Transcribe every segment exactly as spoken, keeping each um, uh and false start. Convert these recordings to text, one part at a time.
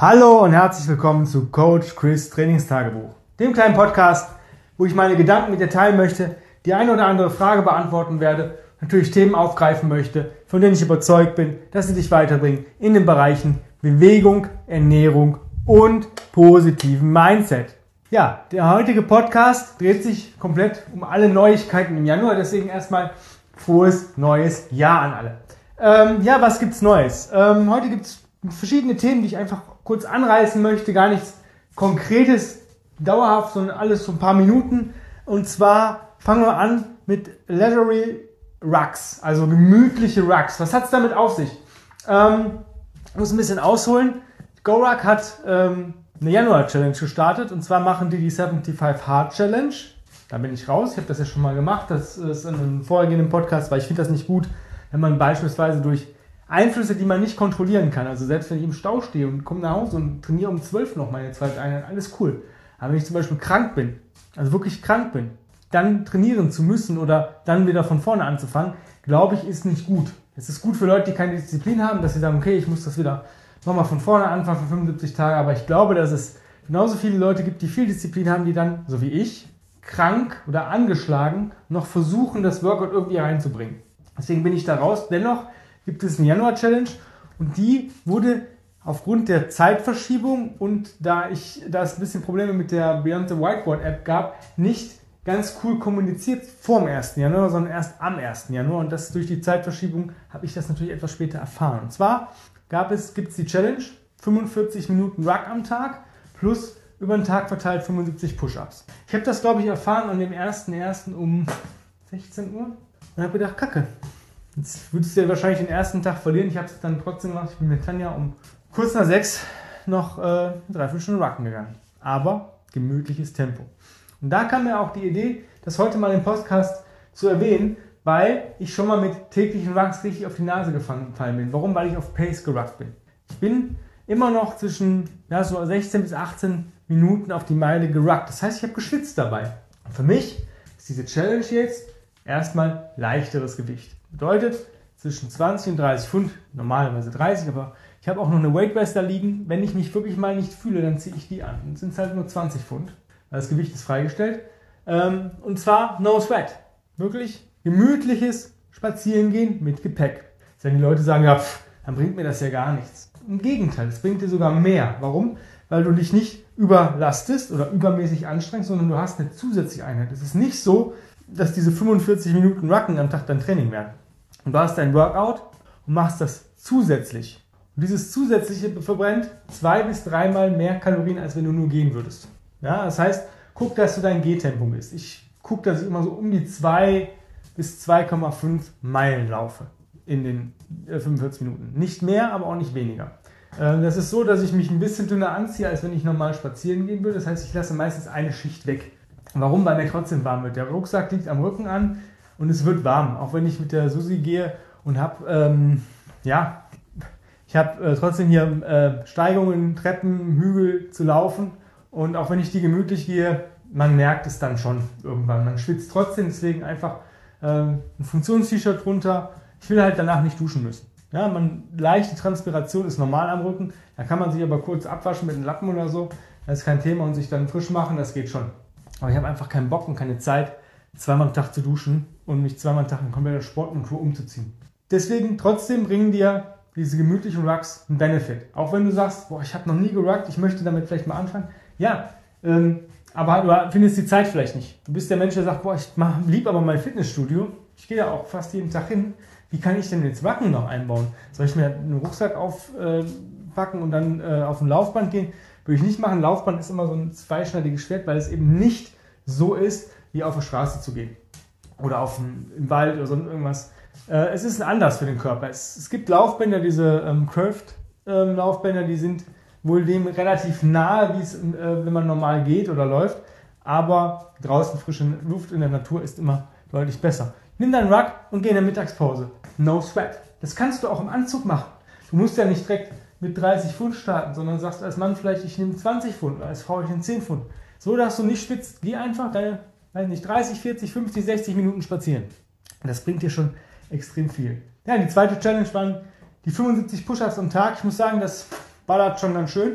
Hallo und herzlich willkommen zu Coach Chris Trainingstagebuch, dem kleinen Podcast, wo ich meine Gedanken mit dir teilen möchte, die eine oder andere Frage beantworten werde, natürlich Themen aufgreifen möchte, von denen ich überzeugt bin, dass sie dich weiterbringen in den Bereichen Bewegung, Ernährung und positiven Mindset. Ja, der heutige Podcast dreht sich komplett um alle Neuigkeiten im Januar, deswegen erstmal frohes neues Jahr an alle. Ähm, ja, was gibt's Neues? Ähm, heute gibt's verschiedene Themen, die ich einfach kurz anreißen möchte, gar nichts Konkretes, dauerhaft, sondern alles so ein paar Minuten. Und zwar fangen wir an mit Leisurely Rucks, also gemütliche Rucks. Was hat's damit auf sich? Ähm, ich muss ein bisschen ausholen. GoRuck hat ähm, eine Januar-Challenge gestartet, und zwar machen die die fünfundsiebzig Hard Challenge. Da bin ich raus, ich habe das ja schon mal gemacht, das ist in einem vorhergehenden Podcast, weil ich finde das nicht gut, wenn man beispielsweise durch Einflüsse, die man nicht kontrollieren kann, also selbst wenn ich im Stau stehe und komme nach Hause und trainiere um zwölf noch meine zweite Einheit, alles cool. Aber wenn ich zum Beispiel krank bin, also wirklich krank bin, dann trainieren zu müssen oder dann wieder von vorne anzufangen, glaube ich, ist nicht gut. Es ist gut für Leute, die keine Disziplin haben, dass sie sagen, okay, ich muss das wieder nochmal von vorne anfangen für fünfundsiebzig Tage, aber ich glaube, dass es genauso viele Leute gibt, die viel Disziplin haben, die dann, so wie ich, krank oder angeschlagen noch versuchen, das Workout irgendwie reinzubringen. Deswegen bin ich da raus. Dennoch gibt es eine Januar-Challenge und die wurde aufgrund der Zeitverschiebung und da, ich, da es ein bisschen Probleme mit der Beyond the Whiteboard-App gab, nicht ganz cool kommuniziert vor dem ersten Januar, sondern erst am ersten Januar, und das durch die Zeitverschiebung habe ich das natürlich etwas später erfahren. Und zwar gab es, gibt es die Challenge, fünfundvierzig Minuten Ruck am Tag plus über den Tag verteilt fünfundsiebzig Push-Ups. Ich habe das, glaube ich, erfahren an dem ersten ersten um sechzehn Uhr und habe gedacht, kacke, jetzt würdest du ja wahrscheinlich den ersten Tag verlieren. Ich habe es dann trotzdem gemacht. Ich bin mit Tanja um kurz nach sechs noch äh, eine Dreiviertelstunde Rucken gegangen. Aber gemütliches Tempo. Und da kam mir auch die Idee, das heute mal im Podcast zu erwähnen, weil ich schon mal mit täglichen Rucks richtig auf die Nase gefallen bin. Warum? Weil ich auf Pace geruckt bin. Ich bin immer noch zwischen ja, so sechzehn bis achtzehn Minuten auf die Meile geruckt. Das heißt, ich habe geschwitzt dabei. Und für mich ist diese Challenge jetzt erstmal leichteres Gewicht. Bedeutet zwischen zwanzig und dreißig Pfund, normalerweise dreißig, aber ich habe auch noch eine Weightvest da liegen. Wenn ich mich wirklich mal nicht fühle, dann ziehe ich die an. Dann sind es halt nur zwanzig Pfund, weil das Gewicht ist freigestellt. Und zwar no sweat. Wirklich gemütliches Spazierengehen mit Gepäck. Wenn die Leute sagen, ja, pff, dann bringt mir das ja gar nichts. Im Gegenteil, es bringt dir sogar mehr. Warum? Weil du dich nicht überlastest oder übermäßig anstrengst, sondern du hast eine zusätzliche Einheit. Es ist nicht so, dass diese fünfundvierzig Minuten Rucken am Tag dein Training werden. Und du hast dein Workout und machst das zusätzlich. Und dieses Zusätzliche verbrennt zwei bis dreimal mehr Kalorien, als wenn du nur gehen würdest. Ja, das heißt, guck, dass du dein Gehtempo bist. Ich gucke, dass ich immer so um die zwei bis zwei Komma fünf Meilen laufe in den fünfundvierzig Minuten. Nicht mehr, aber auch nicht weniger. Das ist so, dass ich mich ein bisschen dünner anziehe, als wenn ich normal spazieren gehen würde. Das heißt, ich lasse meistens eine Schicht weg. Warum? Weil mir trotzdem warm wird. Der Rucksack liegt am Rücken an und es wird warm. Auch wenn ich mit der Susi gehe und habe, ähm, ja, ich habe äh, trotzdem hier äh, Steigungen, Treppen, Hügel zu laufen. Und auch wenn ich die gemütlich gehe, man merkt es dann schon irgendwann. Man schwitzt trotzdem, deswegen einfach äh, ein Funktions-T-Shirt drunter. Ich will halt danach nicht duschen müssen. Ja, man, leichte Transpiration ist normal am Rücken. Da kann man sich aber kurz abwaschen mit einem Lappen oder so. Das ist kein Thema, und sich dann frisch machen, das geht schon. Aber ich habe einfach keinen Bock und keine Zeit, zweimal am Tag zu duschen und mich zweimal am Tag in kompletter Sportmontur umzuziehen. Deswegen trotzdem bringen dir diese gemütlichen Rucks einen Benefit. Auch wenn du sagst, boah, ich habe noch nie geruckt, ich möchte damit vielleicht mal anfangen. Ja, ähm, aber du findest die Zeit vielleicht nicht. Du bist der Mensch, der sagt, boah, ich liebe aber mein Fitnessstudio. Ich gehe da auch fast jeden Tag hin. Wie kann ich denn jetzt Rucken noch einbauen? Soll ich mir einen Rucksack aufpacken äh, und dann äh, auf ein Laufband gehen? Würde ich nicht machen. Laufband ist immer so ein zweischneidiges Schwert, weil es eben nicht so ist, wie auf der Straße zu gehen. Oder auf dem, im Wald oder so irgendwas. Äh, es ist anders für den Körper. Es, es gibt Laufbänder, diese ähm, Curved-Laufbänder, ähm, die sind wohl dem relativ nahe, wie es, äh, wenn man normal geht oder läuft. Aber draußen frische Luft in der Natur ist immer deutlich besser. Nimm deinen Ruck und geh in der Mittagspause. No sweat. Das kannst du auch im Anzug machen. Du musst ja nicht direkt mit dreißig Pfund starten, sondern sagst als Mann vielleicht, ich nehme zwanzig Pfund, oder als Frau, ich nehme zehn Pfund. So, dass du nicht schwitzt. Geh einfach deine, weiß nicht, dreißig, vierzig, fünfzig, sechzig Minuten spazieren. Das bringt dir schon extrem viel. Ja, die zweite Challenge waren die fünfundsiebzig Push-Ups am Tag. Ich muss sagen, das ballert schon ganz schön.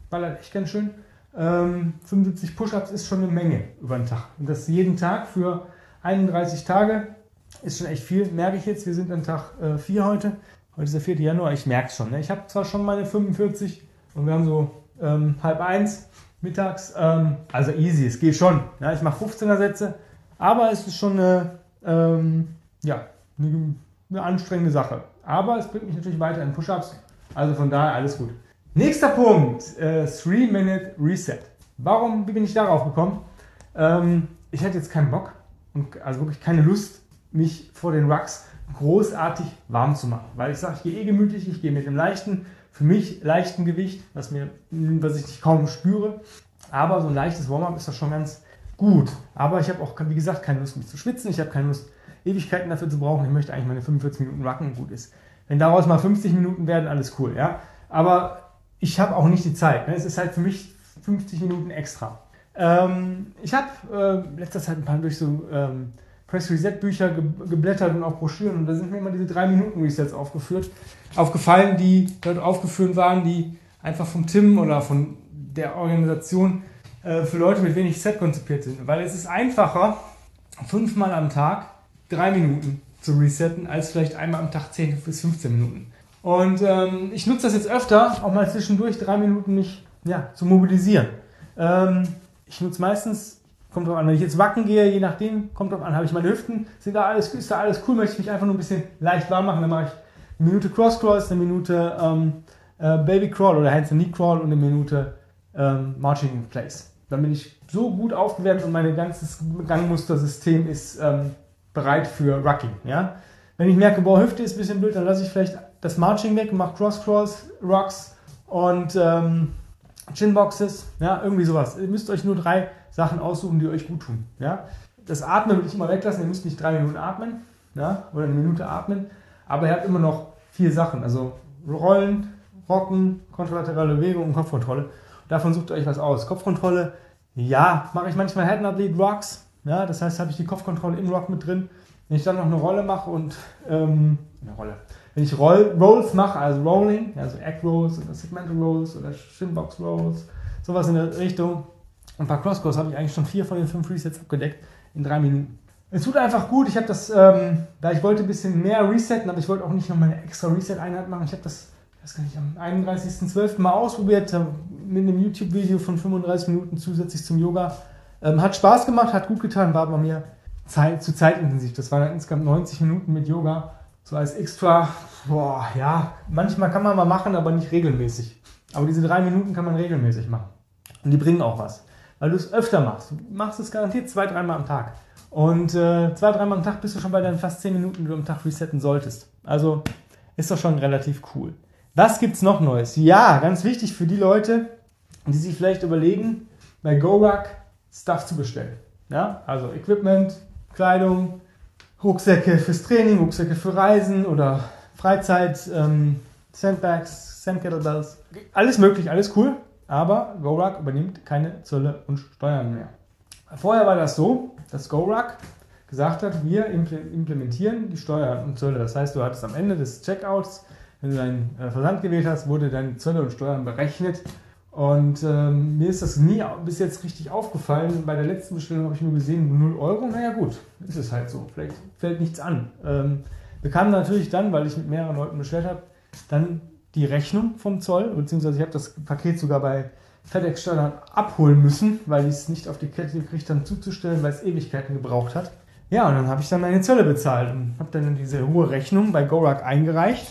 ballert echt ganz schön. Ähm, fünfundsiebzig Push-Ups ist schon eine Menge über den Tag. Und das jeden Tag für einunddreißig Tage ist schon echt viel. Merke ich jetzt, wir sind an Tag äh, vier heute. Heute ist der vierte Januar, ich merke es schon. Ne? Ich habe zwar schon meine fünfundvierzig und wir haben so ähm, halb eins mittags. Ähm, also easy, es geht schon. Ja? Ich mache fünfzehner Sätze, aber es ist schon eine, ähm, ja, eine, eine anstrengende Sache. Aber es bringt mich natürlich weiter in Push-Ups. Also von daher alles gut. Nächster Punkt, äh, three minute Reset. Warum, wie bin ich darauf gekommen? Ähm, ich hatte jetzt keinen Bock, und also wirklich keine Lust, mich vor den Rucks großartig warm zu machen. Weil ich sage, ich gehe eh gemütlich, ich gehe mit dem leichten, für mich leichten Gewicht, was, mir, was ich nicht kaum spüre. Aber so ein leichtes Warm-up ist doch schon ganz gut. Aber ich habe auch, wie gesagt, keine Lust, mich zu schwitzen. Ich habe keine Lust, Ewigkeiten dafür zu brauchen. Ich möchte eigentlich meine fünfundvierzig Minuten Rucken und gut ist. Wenn daraus mal fünfzig Minuten werden, alles cool. Ja? Aber ich habe auch nicht die Zeit. Ne? Es ist halt für mich fünfzig Minuten extra. Ähm, ich habe äh, letzter Zeit ein paar durch so ähm, Press Reset Bücher ge geblättert und auch Broschüren und da sind mir immer diese drei Minuten Resets aufgeführt, aufgefallen, die dort aufgeführt waren, die einfach vom Tim oder von der Organisation äh, für Leute mit wenig Set konzipiert sind. Weil es ist einfacher, fünfmal am Tag drei Minuten zu resetten, als vielleicht einmal am Tag zehn bis fünfzehn Minuten. Und ähm, ich nutze das jetzt öfter, auch mal zwischendurch drei Minuten mich ja, zu mobilisieren. Ähm, ich nutze meistens, kommt drauf an, wenn ich jetzt wacken gehe, je nachdem, kommt drauf an, habe ich meine Hüften, sind da alles, ist da alles cool, möchte ich mich einfach nur ein bisschen leicht warm machen, dann mache ich eine Minute Cross Crawls, eine Minute ähm, äh, Baby Crawl oder Hands and Knee Crawl und eine Minute ähm, Marching in Place. Dann bin ich so gut aufgewärmt und mein ganzes Gangmustersystem ist ähm, bereit für Rucking. Ja? Wenn ich merke, boah, Hüfte ist ein bisschen blöd, dann lasse ich vielleicht das Marching weg und mache Cross Crawls, Rucks und ähm, Chinboxes, ja, irgendwie sowas. Ihr müsst euch nur drei Sachen aussuchen, die euch gut tun. Ja? Das Atmen würde ich immer weglassen, ihr müsst nicht drei Minuten atmen, ja? Oder eine Minute atmen, aber ihr habt immer noch vier Sachen, also Rollen, Rocken, kontralaterale Bewegung und Kopfkontrolle. Davon sucht ihr euch was aus. Kopfkontrolle, ja, mache ich manchmal Head and Lead Rocks, ja, das heißt, habe ich die Kopfkontrolle im Rock mit drin. Wenn ich dann noch eine Rolle mache und ähm, eine Rolle. Wenn ich Roll, Rolls mache, also Rolling, also Egg Rolls oder Segmental Rolls oder Shinbox Rolls, sowas in der Richtung. Und ein paar Cross Crawls habe ich eigentlich schon vier von den fünf Resets abgedeckt in drei Minuten. Es tut einfach gut. Ich habe das, ähm, da ich wollte ein bisschen mehr resetten, aber ich wollte auch nicht nochmal eine extra Reset-Einheit machen. Ich habe das, ich weiß gar nicht, am einunddreißigsten zwölften mal ausprobiert, mit einem YouTube-Video von fünfunddreißig Minuten zusätzlich zum Yoga. Ähm, hat Spaß gemacht, hat gut getan, war bei mir Zeit, zu zeitintensiv. Das waren dann insgesamt neunzig Minuten mit Yoga. So als extra, boah, ja, manchmal kann man mal machen, aber nicht regelmäßig. Aber diese drei Minuten kann man regelmäßig machen. Und die bringen auch was. Weil du es öfter machst. Du machst es garantiert zwei, dreimal am Tag. Und äh, zwei, dreimal am Tag bist du schon bei deinen fast zehn Minuten, die du am Tag resetten solltest. Also ist doch schon relativ cool. Was gibt's noch Neues? Ja, ganz wichtig für die Leute, die sich vielleicht überlegen, bei GoRuck Stuff zu bestellen. Ja, also Equipment, Kleidung, Rucksäcke fürs Training, Rucksäcke für Reisen oder Freizeit, ähm, Sandbags, Sandkettlebells, alles möglich, alles cool, aber GoRuck übernimmt keine Zölle und Steuern mehr. Vorher war das so, dass GoRuck gesagt hat, wir implementieren die Steuern und Zölle. Das heißt, du hattest am Ende des Checkouts, wenn du deinen Versand gewählt hast, wurde deine Zölle und Steuern berechnet. Und ähm, mir ist das nie bis jetzt richtig aufgefallen. Bei der letzten Bestellung habe ich nur gesehen, null Euro. Naja gut, ist es halt so. Vielleicht fällt nichts an. Ähm, bekam natürlich dann, weil ich mit mehreren Leuten bestellt habe, dann die Rechnung vom Zoll. Beziehungsweise ich habe das Paket sogar bei FedEx Steuern abholen müssen, weil ich es nicht auf die Kette gekriegt habe zuzustellen, weil es Ewigkeiten gebraucht hat. Ja, und dann habe ich dann meine Zölle bezahlt und habe dann diese hohe Rechnung bei GoRuck eingereicht.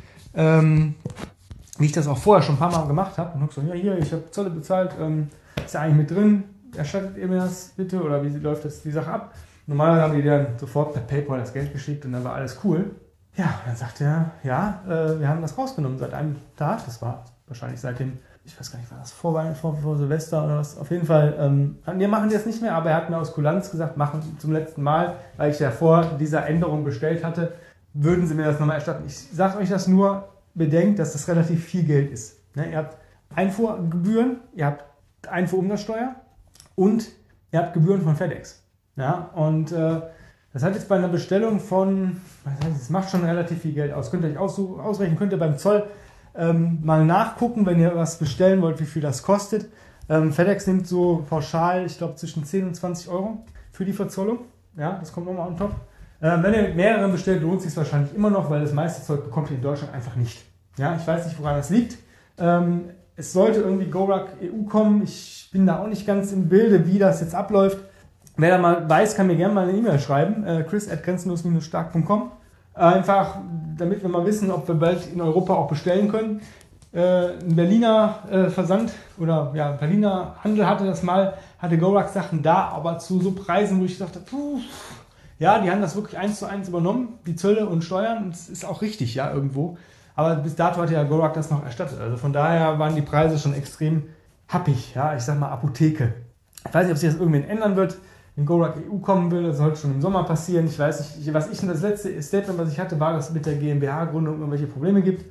Ähm, wie ich das auch vorher schon ein paar Mal gemacht habe. Und habe gesagt, ja hier, ich habe Zölle bezahlt, ähm, ist ja eigentlich mit drin, erstattet ihr mir das bitte oder wie läuft das die Sache ab? Normalerweise haben die dann sofort per PayPal das Geld geschickt und dann war alles cool. Ja, und dann sagte er, ja, äh, wir haben das rausgenommen seit einem Tag, das war wahrscheinlich seit dem, ich weiß gar nicht, war das vor Weihnachten, vor, vor Silvester oder was, auf jeden Fall, ähm, wir machen das nicht mehr, aber er hat mir aus Kulanz gesagt, machen zum letzten Mal, weil ich ja vor dieser Änderung bestellt hatte, würden sie mir das nochmal erstatten. Ich sage euch das nur, bedenkt, dass das relativ viel Geld ist. Ne, ihr habt Einfuhrgebühren, ihr habt Einfuhrumsatzsteuer und ihr habt Gebühren von FedEx. Ja, und äh, das hat jetzt bei einer Bestellung von, was heißt, das macht schon relativ viel Geld aus. Könnt ihr euch aussuchen, ausrechnen, könnt ihr beim Zoll Ähm, mal nachgucken, wenn ihr was bestellen wollt, wie viel das kostet. Ähm, FedEx nimmt so pauschal, ich glaube, zwischen zehn und zwanzig Euro für die Verzollung. Ja, das kommt nochmal on top. Ähm, wenn ihr mehrere bestellt, lohnt es sich wahrscheinlich immer noch, weil das meiste Zeug bekommt ihr in Deutschland einfach nicht. Ja, ich weiß nicht, woran das liegt. Ähm, es sollte irgendwie Goruck E U kommen. Ich bin da auch nicht ganz im Bilde, wie das jetzt abläuft. Wer da mal weiß, kann mir gerne mal eine E-Mail schreiben. Äh, chris at grenzenlos stark punkt com. Einfach, damit wir mal wissen, ob wir bald in Europa auch bestellen können. Äh, ein Berliner äh, Versand oder ja, Berliner Handel hatte das mal, hatte Goruck Sachen da, aber zu so Preisen, wo ich dachte, puh, ja, die haben das wirklich eins zu eins übernommen, die Zölle und Steuern. Und das ist auch richtig, ja, irgendwo. Aber bis dato hatte ja Goruck das noch erstattet. Also von daher waren die Preise schon extrem happig, ja, ich sag mal Apotheke. Ich weiß nicht, ob sich das irgendwann ändern wird. Wenn Goruck E U kommen will, das sollte schon im Sommer passieren. Ich weiß nicht, was ich das letzte Statement, was ich hatte, war, dass es mit der GmbH-Gründung irgendwelche Probleme gibt.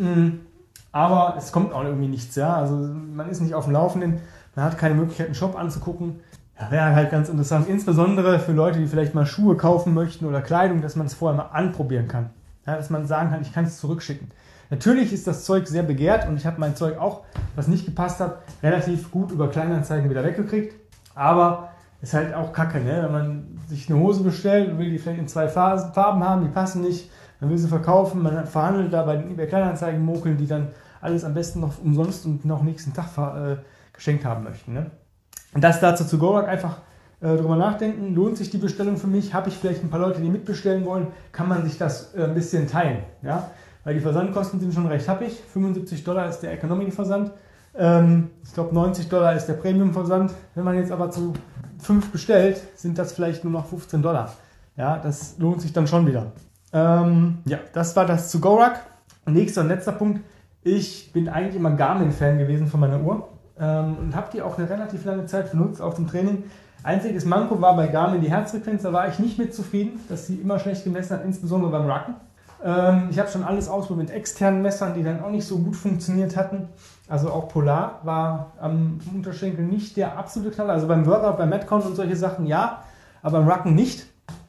Aber es kommt auch irgendwie nichts, ja. Also man ist nicht auf dem Laufenden, man hat keine Möglichkeit, einen Shop anzugucken. Ja, wäre halt ganz interessant, insbesondere für Leute, die vielleicht mal Schuhe kaufen möchten oder Kleidung, dass man es vorher mal anprobieren kann. Ja, dass man sagen kann, ich kann es zurückschicken. Natürlich ist das Zeug sehr begehrt und ich habe mein Zeug auch, was nicht gepasst hat, relativ gut über Kleinanzeigen wieder weggekriegt. Aber ist halt auch kacke, ne? Wenn man sich eine Hose bestellt und will die vielleicht in zwei Farben haben, die passen nicht, man will sie verkaufen, man verhandelt da bei den eBay Kleinanzeigen mokeln, die dann alles am besten noch umsonst und noch nächsten Tag äh, geschenkt haben möchten. Ne? Und das dazu zu Goruck, einfach äh, drüber nachdenken, lohnt sich die Bestellung für mich, habe ich vielleicht ein paar Leute, die mitbestellen wollen, kann man sich das äh, ein bisschen teilen, ja? Weil die Versandkosten sind schon recht happig, fünfundsiebzig Dollar ist der Economy-Versand, ähm, ich glaube neunzig Dollar ist der Premium-Versand, wenn man jetzt aber zu fünf bestellt, sind das vielleicht nur noch fünfzehn Dollar, ja, das lohnt sich dann schon wieder. Ähm, ja, das war das zu Goruck. Nächster und letzter Punkt, ich bin eigentlich immer Garmin-Fan gewesen von meiner Uhr ähm, und habe die auch eine relativ lange Zeit benutzt auf dem Training. Einziges Manko war bei Garmin die Herzfrequenz, da war ich nicht mit zufrieden, dass sie immer schlecht gemessen hat, insbesondere beim Rucken. Ähm, ich habe schon alles ausprobiert mit externen Messern, die dann auch nicht so gut funktioniert hatten. Also auch Polar war am Unterschenkel nicht der absolute Knaller. Also beim Workout, beim Metcon und solche Sachen ja, aber beim Rucken nicht.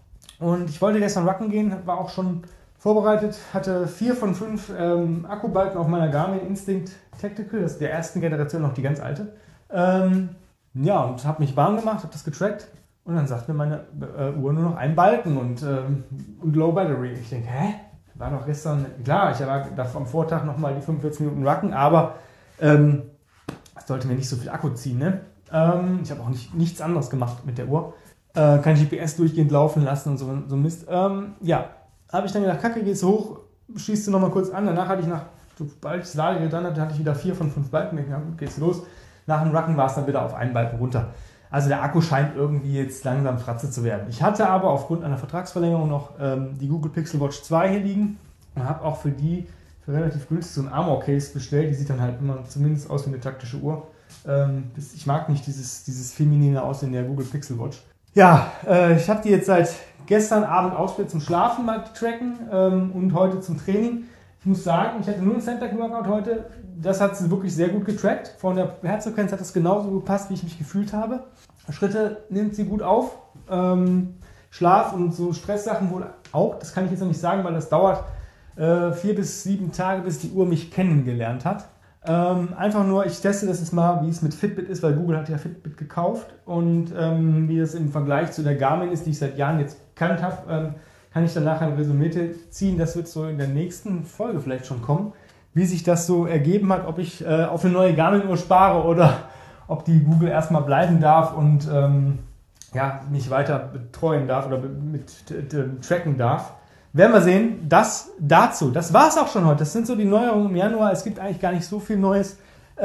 Und ich wollte gestern Rucken gehen, war auch schon vorbereitet, hatte vier von fünf ähm, Akkubalken auf meiner Garmin Instinct Tactical, das ist der ersten Generation, noch die ganz alte. Ähm, ja, und habe mich warm gemacht, habe das getrackt und dann sagt mir meine äh, Uhr nur noch einen Balken und, ähm, und Low Battery. Ich denke, hä? War doch gestern, klar, ich war am Vortag nochmal die fünfundvierzig Minuten Rucken, aber ähm, das sollte mir nicht so viel Akku ziehen. Ne? Ähm, ich habe auch nicht, nichts anderes gemacht mit der Uhr. Äh, kein G P S durchgehend laufen lassen und so, so Mist. Ähm, ja, habe ich dann gedacht, kacke, gehst hoch, schießt du nochmal kurz an. Danach hatte ich nach, sobald ich das Lager getan hatte, hatte ich wieder vier von fünf Balken. Ja, gut, geht's los. Nach dem Rucken war es dann wieder auf einen Balken runter. Also der Akku scheint irgendwie jetzt langsam Fratze zu werden. Ich hatte aber aufgrund einer Vertragsverlängerung noch ähm, die Google Pixel Watch zwei hier liegen und habe auch für die für relativ günstig so ein Armor Case bestellt. Die sieht dann halt immer zumindest aus wie eine taktische Uhr. Ähm, das, ich mag nicht dieses, dieses feminine Aussehen der Google Pixel Watch. Ja, äh, ich habe die jetzt seit gestern Abend ausprobiert zum Schlafen mal tracken ähm, und heute zum Training. Ich muss sagen, ich hatte nur ein Center-Workout heute. Das hat sie wirklich sehr gut getrackt. Von der Herzfrequenz hat das genauso gepasst, wie ich mich gefühlt habe. Schritte nimmt sie gut auf. Ähm, Schlaf und so Stresssachen wohl auch. Das kann ich jetzt noch nicht sagen, weil das dauert äh, vier bis sieben Tage, bis die Uhr mich kennengelernt hat. Ähm, einfach nur, ich teste das jetzt mal, wie es mit Fitbit ist, weil Google hat ja Fitbit gekauft und ähm, wie das im Vergleich zu der Garmin ist, die ich seit Jahren jetzt gekannt habe, ähm, kann ich dann nachher ein Resümee ziehen. Das wird so in der nächsten Folge vielleicht schon kommen, wie sich das so ergeben hat, ob ich äh, auf eine neue Garmin-Uhr spare oder ob die Google erstmal bleiben darf und ähm, ja, mich weiter betreuen darf oder mit äh, tracken darf. Werden wir sehen. Das dazu. Das war es auch schon heute. Das sind so die Neuerungen im Januar. Es gibt eigentlich gar nicht so viel Neues.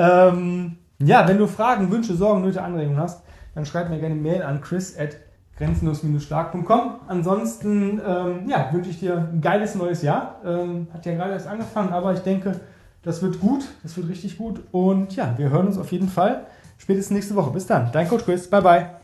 Ähm, ja, wenn du Fragen, Wünsche, Sorgen, Nöte, Anregungen hast, dann schreib mir gerne eine Mail an chris at grenzenlos stark punkt com. Ansonsten ähm, ja, wünsche ich dir ein geiles neues Jahr. Ähm, hat ja gerade erst angefangen, aber ich denke, das wird gut. Das wird richtig gut. Und ja, wir hören uns auf jeden Fall spätestens nächste Woche. Bis dann. Dein Coach Chris. Bye, bye.